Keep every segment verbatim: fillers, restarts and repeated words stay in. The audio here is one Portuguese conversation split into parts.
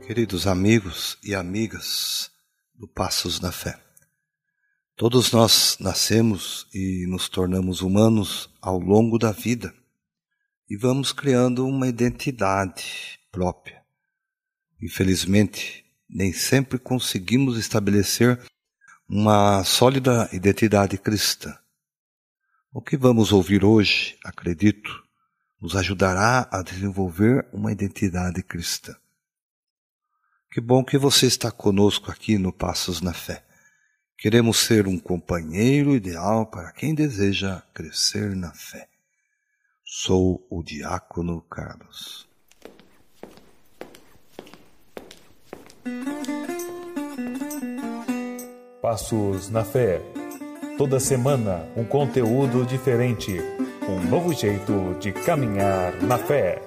Queridos amigos e amigas do Passos na Fé, todos nós nascemos e nos tornamos humanos ao longo da vida e vamos criando uma identidade própria. Infelizmente, nem sempre conseguimos estabelecer uma sólida identidade cristã. O que vamos ouvir hoje, acredito, nos ajudará a desenvolver uma identidade cristã. Que bom que você está conosco aqui no Passos na Fé. Queremos ser um companheiro ideal para quem deseja crescer na fé. Sou o Diácono Carlos. Passos na Fé. Toda semana um conteúdo diferente. Um novo jeito de caminhar na fé.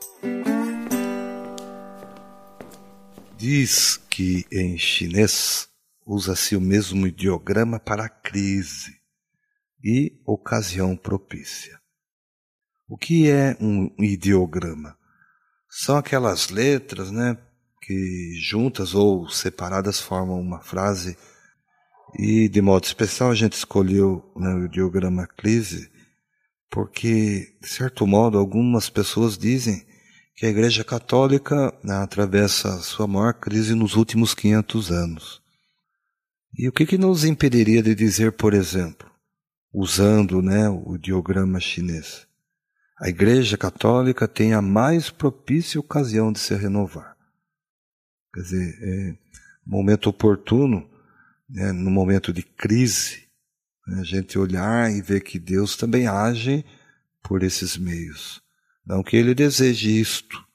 Diz que em chinês usa-se o mesmo ideograma para crise e ocasião propícia. O que é um ideograma? São aquelas letras, né, que juntas ou separadas formam uma frase e, de modo especial, a gente escolheu, né, o ideograma crise porque, de certo modo, algumas pessoas dizem que a Igreja Católica, né, atravessa a sua maior crise nos últimos quinhentos anos. E o que, que nos impediria de dizer, por exemplo, usando, né, o ideograma chinês, a Igreja Católica tem a mais propícia ocasião de se renovar. Quer dizer, é momento oportuno, né, no momento de crise, né, a gente olhar e ver que Deus também age por esses meios. Não que ele deseje isto,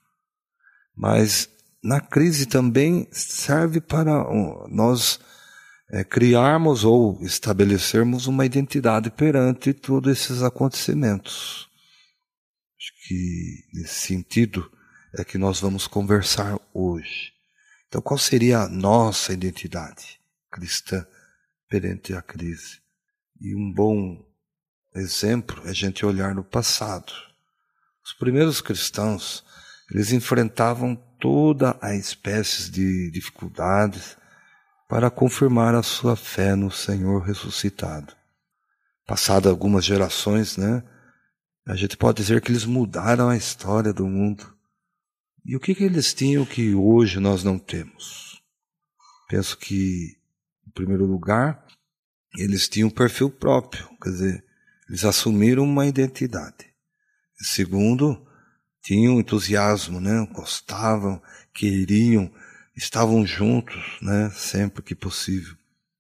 mas na crise também serve para nós é, criarmos ou estabelecermos uma identidade perante todos esses acontecimentos. Acho que nesse sentido é que nós vamos conversar hoje. Então, qual seria a nossa identidade cristã perante a crise? E um bom exemplo é a gente olhar no passado. Os primeiros cristãos, eles enfrentavam toda a espécie de dificuldades para confirmar a sua fé no Senhor ressuscitado. Passadas algumas gerações, né, a gente pode dizer que eles mudaram a história do mundo. E o que, que eles tinham que hoje nós não temos? Penso que, em primeiro lugar, eles tinham um perfil próprio, quer dizer, eles assumiram uma identidade. Segundo, tinham entusiasmo, né? Gostavam, queriam, estavam juntos, né? Sempre que possível.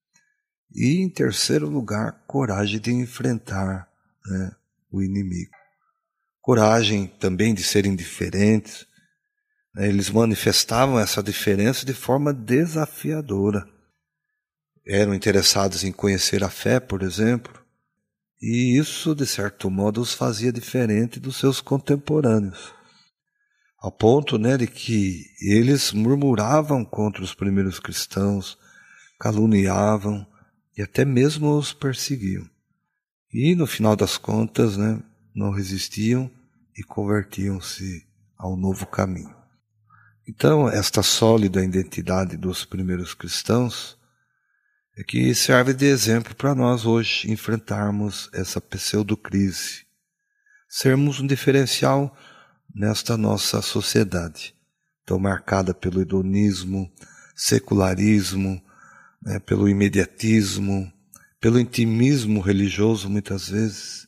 E, em terceiro lugar, coragem de enfrentar, né, o inimigo. Coragem também de serem diferentes. Né? Eles manifestavam essa diferença de forma desafiadora. Eram interessados em conhecer a fé, por exemplo. E isso, de certo modo, os fazia diferente dos seus contemporâneos. Ao ponto, né, de que eles murmuravam contra os primeiros cristãos, caluniavam e até mesmo os perseguiam. E, no final das contas, né, não resistiam e convertiam-se ao novo caminho. Então, esta sólida identidade dos primeiros cristãos é que serve de exemplo para nós hoje enfrentarmos essa pseudo-crise. Sermos um diferencial nesta nossa sociedade, tão marcada pelo hedonismo, secularismo, né, pelo imediatismo, pelo intimismo religioso muitas vezes.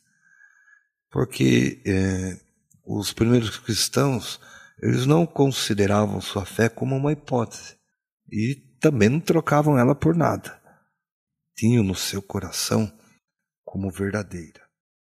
Porque é, os primeiros cristãos, eles não consideravam sua fé como uma hipótese e também não trocavam ela por nada. Tinham no seu coração como verdadeira.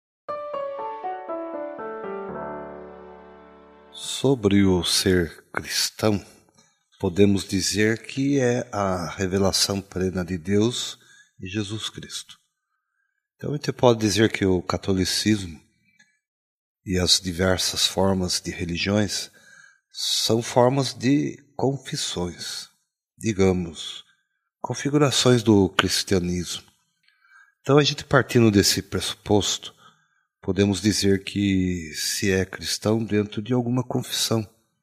Sobre o ser cristão, podemos dizer que é a revelação plena de Deus e Jesus Cristo. Então a gente pode dizer que o catolicismo e as diversas formas de religiões são formas de confissões, digamos, configurações do cristianismo. Então, a gente partindo desse pressuposto, podemos dizer que se é cristão dentro de alguma confissão,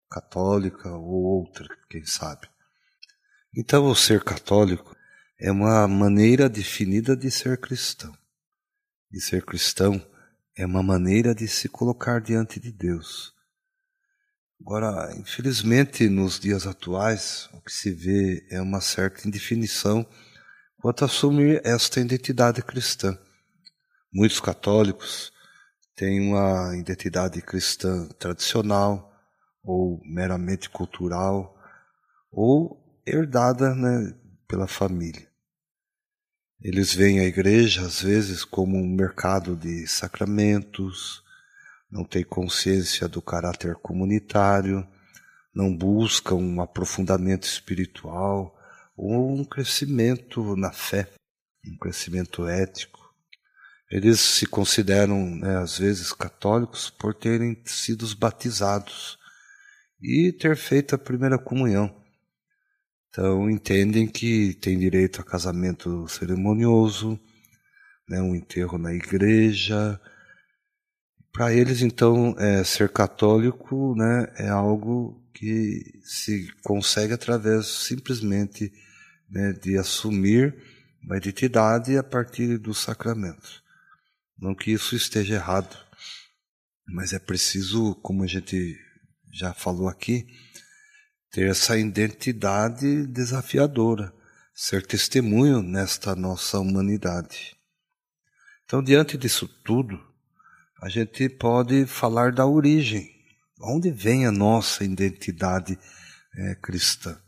católica ou outra, quem sabe. Então, o ser católico é uma maneira definida de ser cristão. E ser cristão é uma maneira de se colocar diante de Deus. Agora, infelizmente, nos dias atuais, o que se vê é uma certa indefinição quanto a assumir esta identidade cristã. Muitos católicos têm uma identidade cristã tradicional, ou meramente cultural, ou herdada, né, pela família. Eles veem a igreja, às vezes, como um mercado de sacramentos, não têm consciência do caráter comunitário, não buscam um aprofundamento espiritual ou um crescimento na fé, um crescimento ético. Eles se consideram, né, às vezes, católicos por terem sido batizados e ter feito a primeira comunhão. Então, entendem que tem direito a casamento cerimonioso, né, um enterro na igreja. Para eles, então, é, ser católico, né, é algo que se consegue através simplesmente, né, de assumir uma identidade a partir dos sacramentos. Não que isso esteja errado, mas é preciso, como a gente já falou aqui, ter essa identidade desafiadora, ser testemunho nesta nossa humanidade. Então, diante disso tudo, a gente pode falar da origem, onde vem a nossa identidade é, cristã.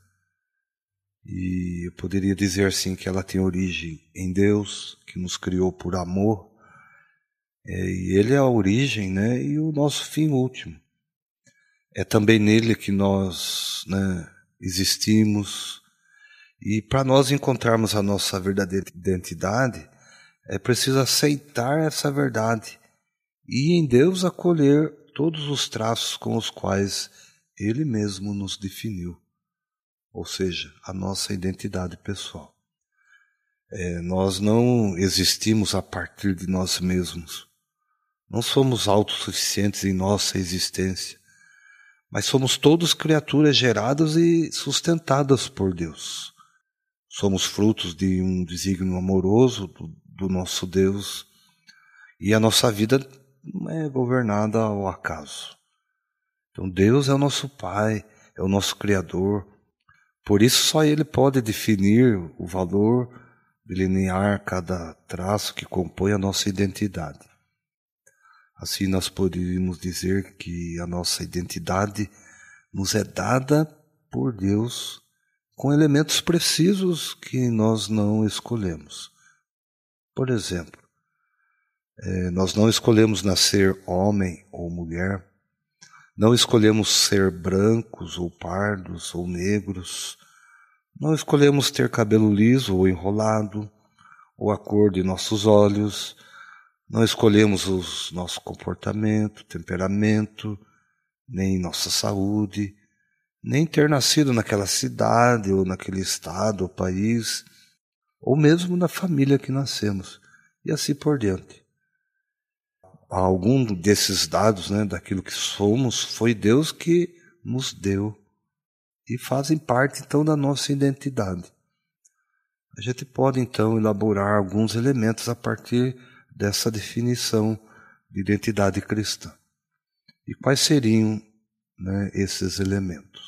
E eu poderia dizer assim que ela tem origem em Deus, que nos criou por amor, é, e Ele é a origem, né, e o nosso fim último. É também nele que nós, né, existimos, e para nós encontrarmos a nossa verdadeira identidade, é preciso aceitar essa verdade e em Deus acolher todos os traços com os quais Ele mesmo nos definiu, ou seja, a nossa identidade pessoal. É, nós não existimos a partir de nós mesmos, não somos autossuficientes em nossa existência, mas somos todos criaturas geradas e sustentadas por Deus. Somos frutos de um desígnio amoroso do, do nosso Deus, e a nossa vida não é governada ao acaso. Então Deus é o nosso Pai, é o nosso Criador. Por isso só Ele pode definir o valor, delinear cada traço que compõe a nossa identidade. Assim nós poderíamos dizer que a nossa identidade nos é dada por Deus com elementos precisos que nós não escolhemos. Por exemplo, É, nós não escolhemos nascer homem ou mulher, não escolhemos ser brancos ou pardos ou negros, não escolhemos ter cabelo liso ou enrolado, ou a cor de nossos olhos, não escolhemos o nosso comportamento, temperamento, nem nossa saúde, nem ter nascido naquela cidade ou naquele estado ou país, ou mesmo na família que nascemos, e assim por diante. Algum desses dados, né, daquilo que somos, foi Deus que nos deu e fazem parte então da nossa identidade. A gente pode então elaborar alguns elementos a partir dessa definição de identidade cristã. E quais seriam, né, esses elementos?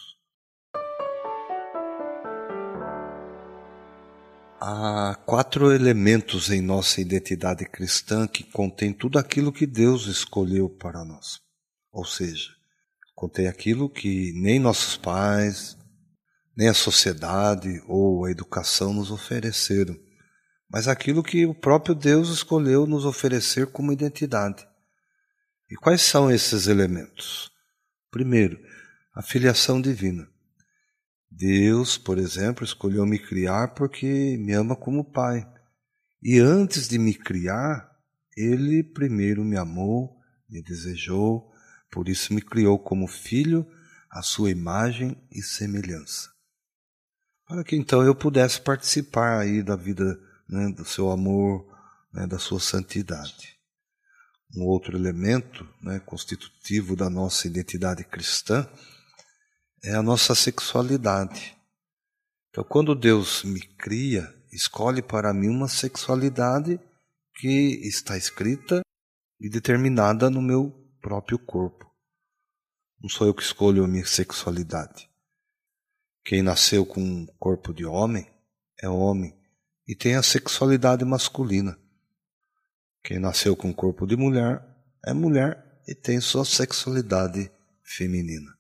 Há quatro elementos em nossa identidade cristã que contém tudo aquilo que Deus escolheu para nós. Ou seja, contém aquilo que nem nossos pais, nem a sociedade ou a educação nos ofereceram, mas aquilo que o próprio Deus escolheu nos oferecer como identidade. E quais são esses elementos? Primeiro, a filiação divina. Deus, por exemplo, escolheu me criar porque me ama como pai. E antes de me criar, Ele primeiro me amou, me desejou, por isso me criou como filho, à sua imagem e semelhança. Para que então eu pudesse participar aí da vida, né, do seu amor, né, da sua santidade. Um outro elemento, né, constitutivo da nossa identidade cristã é a nossa sexualidade. Então, quando Deus me cria, escolhe para mim uma sexualidade que está escrita e determinada no meu próprio corpo. Não sou eu que escolho a minha sexualidade. Quem nasceu com um corpo de homem é homem e tem a sexualidade masculina. Quem nasceu com um corpo de mulher é mulher e tem sua sexualidade feminina.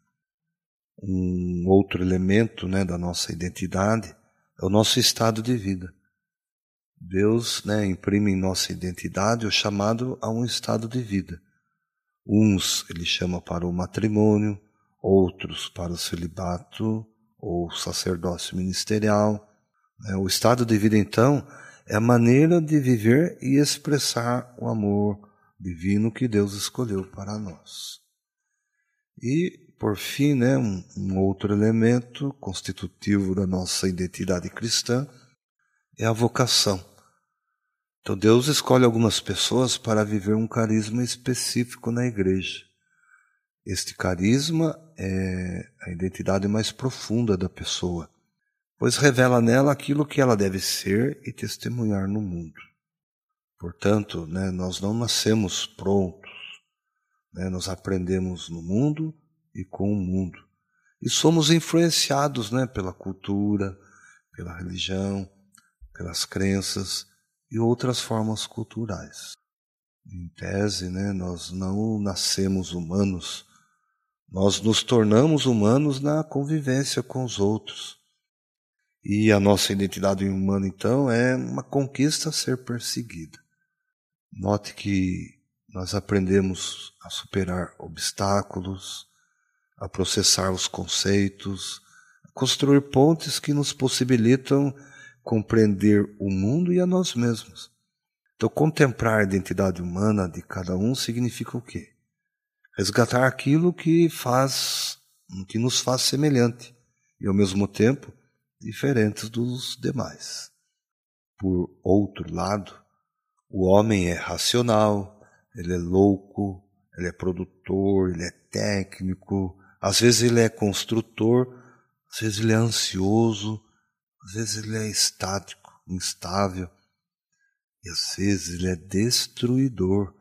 Um outro elemento, né, da nossa identidade é o nosso estado de vida. Deus, né, imprime em nossa identidade o chamado a um estado de vida. Uns ele chama para o matrimônio, outros para o celibato ou sacerdócio ministerial. O estado de vida, então, é a maneira de viver e expressar o amor divino que Deus escolheu para nós. E, por fim, né, um, um outro elemento constitutivo da nossa identidade cristã é a vocação. Então Deus escolhe algumas pessoas para viver um carisma específico na igreja. Este carisma é a identidade mais profunda da pessoa, pois revela nela aquilo que ela deve ser e testemunhar no mundo. Portanto, né, nós não nascemos prontos, né, nós aprendemos no mundo e com o mundo. E somos influenciados, né, pela cultura, pela religião, pelas crenças e outras formas culturais. Em tese, né, nós não nascemos humanos, nós nos tornamos humanos na convivência com os outros. E a nossa identidade humana, então, é uma conquista a ser perseguida. Note que nós aprendemos a superar obstáculos, a processar os conceitos, a construir pontes que nos possibilitam compreender o mundo e a nós mesmos. Então, contemplar a identidade humana de cada um significa o quê? Resgatar aquilo que faz, que nos faz semelhante e, ao mesmo tempo, diferentes dos demais. Por outro lado, o homem é racional, ele é louco, ele é produtor, ele é técnico, às vezes ele é construtor, às vezes ele é ansioso, às vezes ele é estático, instável, e às vezes ele é destruidor.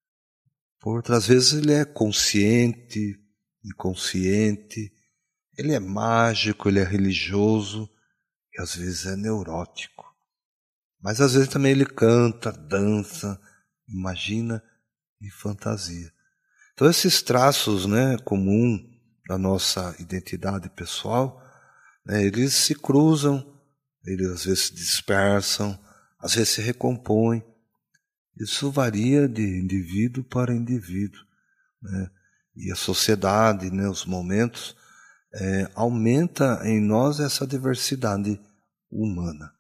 Por outras vezes ele é consciente, inconsciente, ele é mágico, ele é religioso, e às vezes é neurótico. Mas às vezes também ele canta, dança, imagina e fantasia. Então esses traços, né, comuns da nossa identidade pessoal, né, eles se cruzam, eles às vezes se dispersam, às vezes se recompõem. Isso varia de indivíduo para indivíduo, né? E a sociedade, né, os momentos, é, aumenta em nós essa diversidade humana.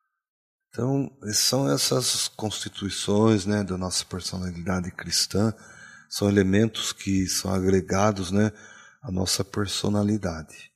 Então, são essas constituições, né, da nossa personalidade cristã, são elementos que são agregados, né, à nossa personalidade.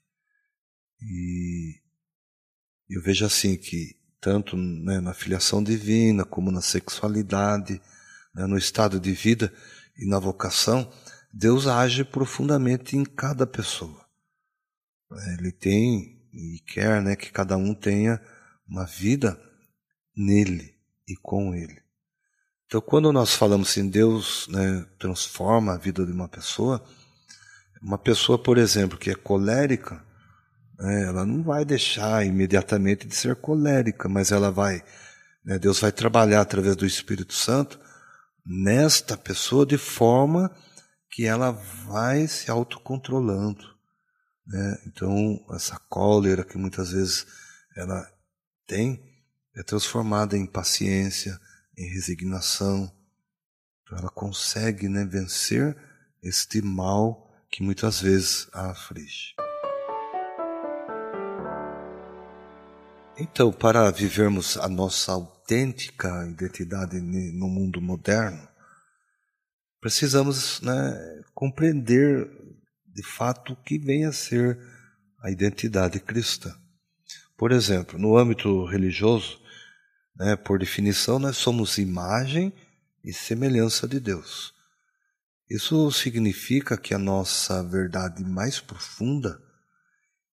E eu vejo assim que tanto, né, na filiação divina, como na sexualidade, né, no estado de vida e na vocação, Deus age profundamente em cada pessoa. Ele tem e quer, né, que cada um tenha uma vida nele e com ele. Então, quando nós falamos assim, Deus, né, transforma a vida de uma pessoa, uma pessoa, por exemplo, que é colérica, ela não vai deixar imediatamente de ser colérica, mas ela vai, né, Deus vai trabalhar através do Espírito Santo nesta pessoa de forma que ela vai se autocontrolando, né? Então, essa cólera que muitas vezes ela tem é transformada em paciência, em resignação. Então, ela consegue, né, vencer este mal que muitas vezes a aflige. Então, para vivermos a nossa autêntica identidade no mundo moderno, precisamos, né, compreender de fato o que vem a ser a identidade cristã. Por exemplo, no âmbito religioso, né, por definição, nós somos imagem e semelhança de Deus. Isso significa que a nossa verdade mais profunda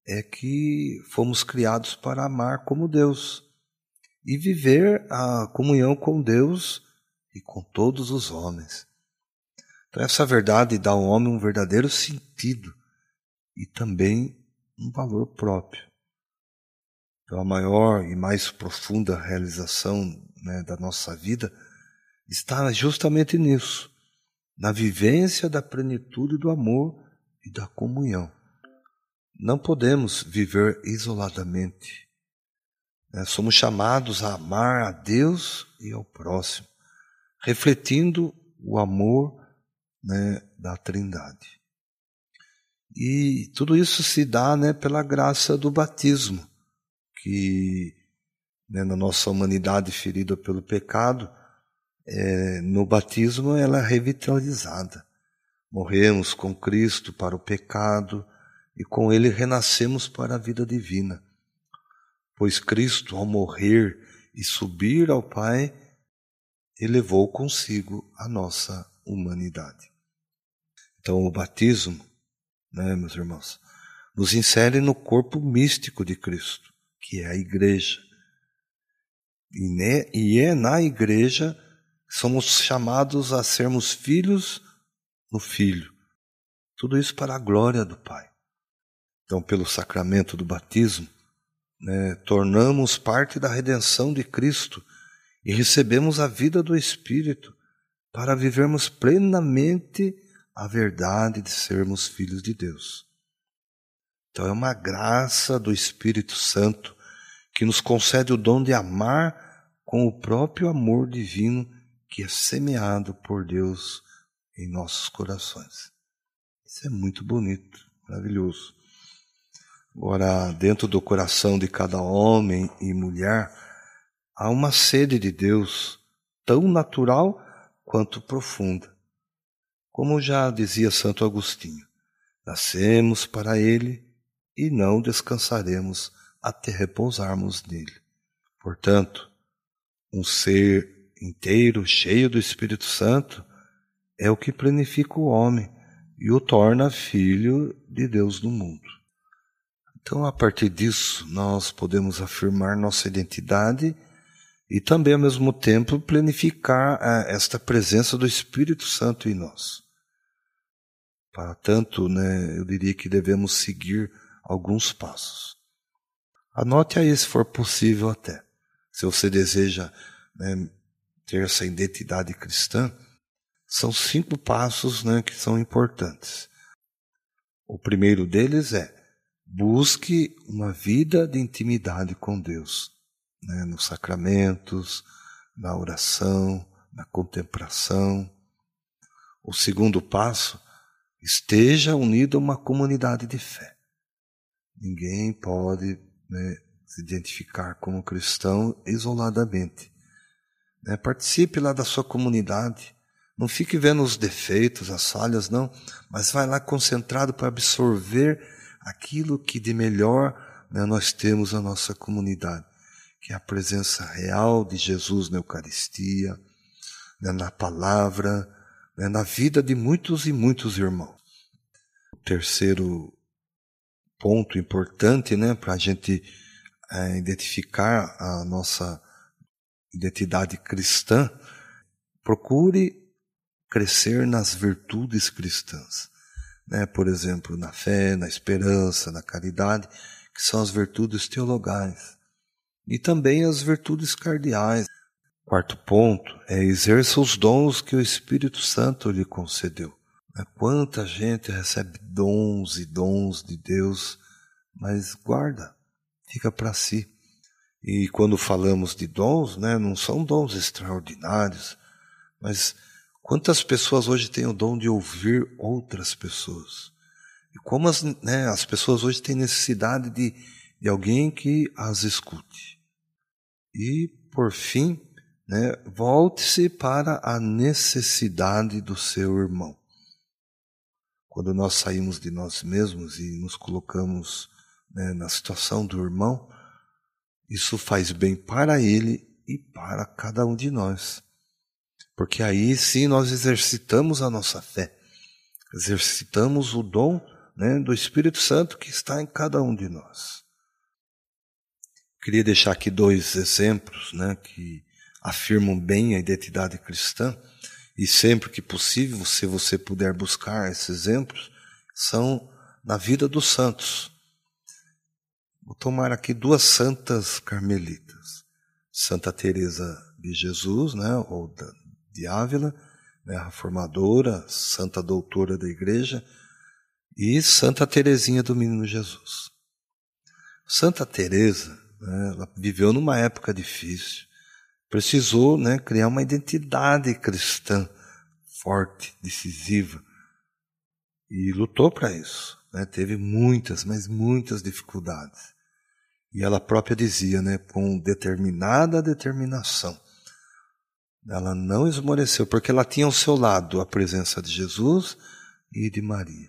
é que fomos criados para amar como Deus e viver a comunhão com Deus e com todos os homens. Então essa verdade dá ao homem um verdadeiro sentido e também um valor próprio. Então a maior e mais profunda realização, né, da nossa vida está justamente nisso, na vivência da plenitude do amor e da comunhão. Não podemos viver isoladamente. Né? Somos chamados a amar a Deus e ao próximo, refletindo o amor, né, da Trindade. E tudo isso se dá, né, pela graça do batismo, que, né, na nossa humanidade ferida pelo pecado, é, no batismo ela é revitalizada. Morremos com Cristo para o pecado e com Ele renascemos para a vida divina. Pois Cristo, ao morrer e subir ao Pai, elevou consigo a nossa humanidade. Então o batismo, né, meus irmãos, nos insere no corpo místico de Cristo, que é a igreja. E, ne, e é na igreja que somos chamados a sermos filhos no Filho. Tudo isso para a glória do Pai. Então, pelo sacramento do batismo, né, tornamos parte da redenção de Cristo e recebemos a vida do Espírito para vivermos plenamente a verdade de sermos filhos de Deus. Então é uma graça do Espírito Santo que nos concede o dom de amar com o próprio amor divino que é semeado por Deus em nossos corações. Isso é muito bonito, maravilhoso. Agora, dentro do coração de cada homem e mulher, há uma sede de Deus tão natural quanto profunda. Como já dizia Santo Agostinho, nascemos para Ele e não descansaremos até repousarmos nele. Portanto, um ser inteiro, cheio do Espírito Santo, é o que planifica o homem e o torna filho de Deus no mundo. Então, a partir disso, nós podemos afirmar nossa identidade e também, ao mesmo tempo, planificar esta presença do Espírito Santo em nós. Para tanto, né, eu diria que devemos seguir alguns passos. Anote aí, se for possível até. Se você deseja, né, ter essa identidade cristã, são cinco passos, né, que são importantes. O primeiro deles é: busque uma vida de intimidade com Deus, né, nos sacramentos, na oração, na contemplação. O segundo passo: esteja unido a uma comunidade de fé. Ninguém pode, né, se identificar como cristão isoladamente. Né, participe lá da sua comunidade. Não fique vendo os defeitos, as falhas, não, mas vai lá concentrado para absorver aquilo que de melhor, né, nós temos na nossa comunidade, que é a presença real de Jesus na Eucaristia, né, na palavra, né, na vida de muitos e muitos irmãos. O terceiro ponto importante, né, para a gente é, identificar a nossa identidade cristã: procure crescer nas virtudes cristãs. Né, por exemplo, na fé, na esperança, na caridade, que são as virtudes teologais. E também as virtudes cardeais. Quarto ponto é: exerça os dons que o Espírito Santo lhe concedeu. Né, quanta gente recebe dons e dons de Deus, mas guarda, fica para si. E quando falamos de dons, né, não são dons extraordinários, mas quantas pessoas hoje têm o dom de ouvir outras pessoas? E como as, né, as pessoas hoje têm necessidade de, de alguém que as escute. E, por fim, né, volte-se para a necessidade do seu irmão. Quando nós saímos de nós mesmos e nos colocamos, né, na situação do irmão, isso faz bem para ele e para cada um de nós. Porque aí sim nós exercitamos a nossa fé, exercitamos o dom né, do Espírito Santo que está em cada um de nós. Queria deixar aqui dois exemplos, né, que afirmam bem a identidade cristã, e sempre que possível, se você puder buscar esses exemplos, são na vida dos santos. Vou tomar aqui duas santas carmelitas. Santa Teresa de Jesus, né, ou de Ávila, né, a reformadora, santa doutora da igreja, e Santa Teresinha do Menino Jesus. Santa Teresa, né, ela viveu numa época difícil, precisou, né, criar uma identidade cristã forte, decisiva, e lutou para isso, né, teve muitas, mas muitas dificuldades. E ela própria dizia, né, com determinada determinação, ela não esmoreceu, porque ela tinha ao seu lado a presença de Jesus e de Maria.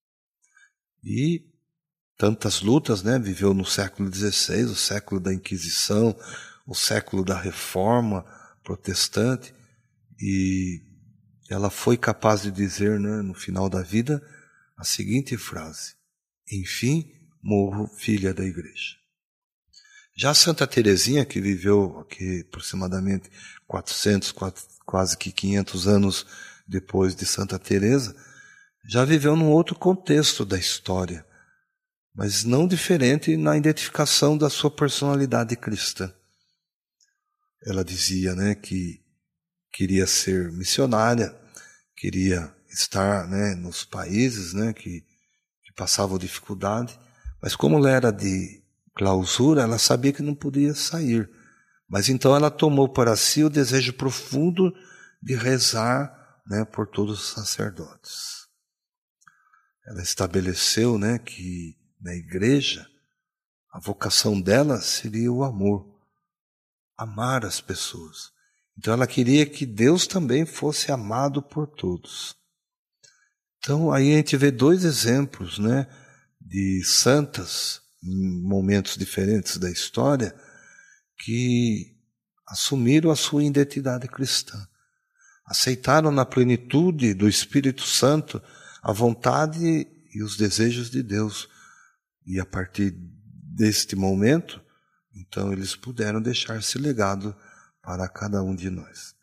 E tantas lutas, né, viveu no século dezesseis, o século da Inquisição, o século da Reforma protestante, e ela foi capaz de dizer, né, no final da vida, a seguinte frase: enfim, morro filha da igreja. Já Santa Teresinha, que viveu aqui aproximadamente quatrocentos, quase que quinhentos anos depois de Santa Teresa, já viveu num outro contexto da história, mas não diferente na identificação da sua personalidade cristã. Ela dizia, né, que queria ser missionária, queria estar, né, nos países, né, que, que passavam dificuldade, mas como ela era de clausura, ela sabia que não podia sair. Mas então ela tomou para si o desejo profundo de rezar, né, por todos os sacerdotes. Ela estabeleceu, né, que na igreja a vocação dela seria o amor, amar as pessoas. Então ela queria que Deus também fosse amado por todos. Então aí a gente vê dois exemplos, né, de santas em momentos diferentes da história que assumiram a sua identidade cristã. Aceitaram na plenitude do Espírito Santo a vontade e os desejos de Deus. E a partir deste momento, então eles puderam deixar esse legado para cada um de nós.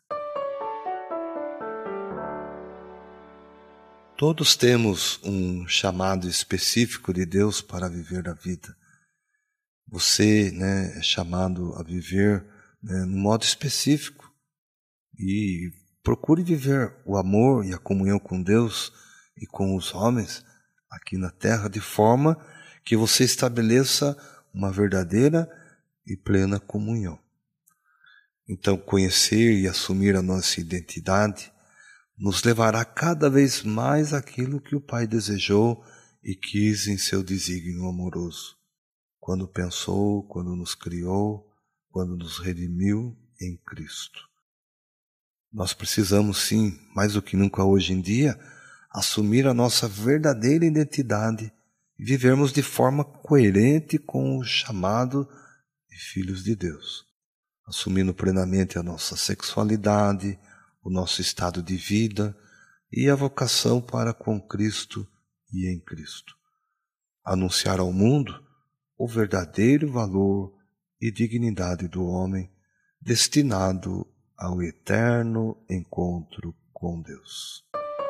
Todos temos um chamado específico de Deus para viver a vida. Você, né, é chamado a viver, né, num modo específico. E procure viver o amor e a comunhão com Deus e com os homens aqui na terra, de forma que você estabeleça uma verdadeira e plena comunhão. Então, conhecer e assumir a nossa identidade nos levará cada vez mais àquilo que o Pai desejou e quis em seu desígnio amoroso, quando pensou, quando nos criou, quando nos redimiu em Cristo. Nós precisamos, sim, mais do que nunca hoje em dia, assumir a nossa verdadeira identidade e vivermos de forma coerente com o chamado de filhos de Deus, assumindo plenamente a nossa sexualidade, o nosso estado de vida e a vocação para com Cristo e em Cristo. Anunciar ao mundo o verdadeiro valor e dignidade do homem destinado ao eterno encontro com Deus.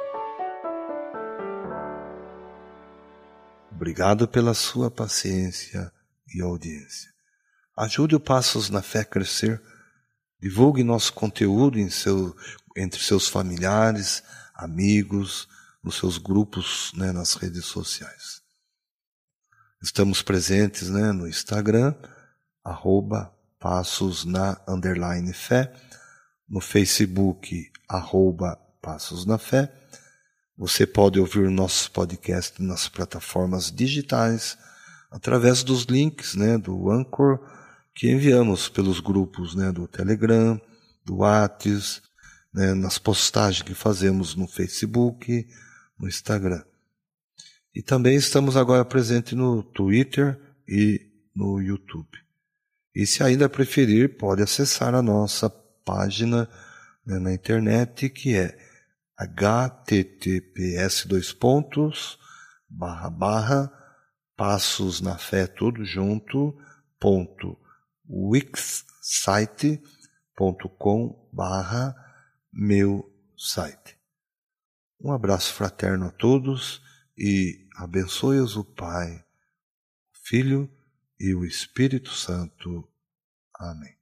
Obrigado pela sua paciência e audiência. Ajude o Passos na Fé a crescer. Divulgue nosso conteúdo em seu, entre seus familiares, amigos, nos seus grupos, né, nas redes sociais. Estamos presentes, né, no Instagram, arroba Passos na underline Fé, no Facebook, arroba Passos na Fé. Você pode ouvir nossos podcasts nas plataformas digitais, através dos links, né, do Anchor, que enviamos pelos grupos, né, do Telegram, do WhatsApp, né, nas postagens que fazemos no Facebook, no Instagram. E também estamos agora presentes no Twitter e no YouTube. E se ainda preferir, pode acessar a nossa página, né, na internet, que é https dois pontos barra barra Passos na Fé tudo junto ponto wixsite ponto com barra meu site. Um abraço fraterno a todos e abençoe-os o Pai, o Filho e o Espírito Santo. Amém.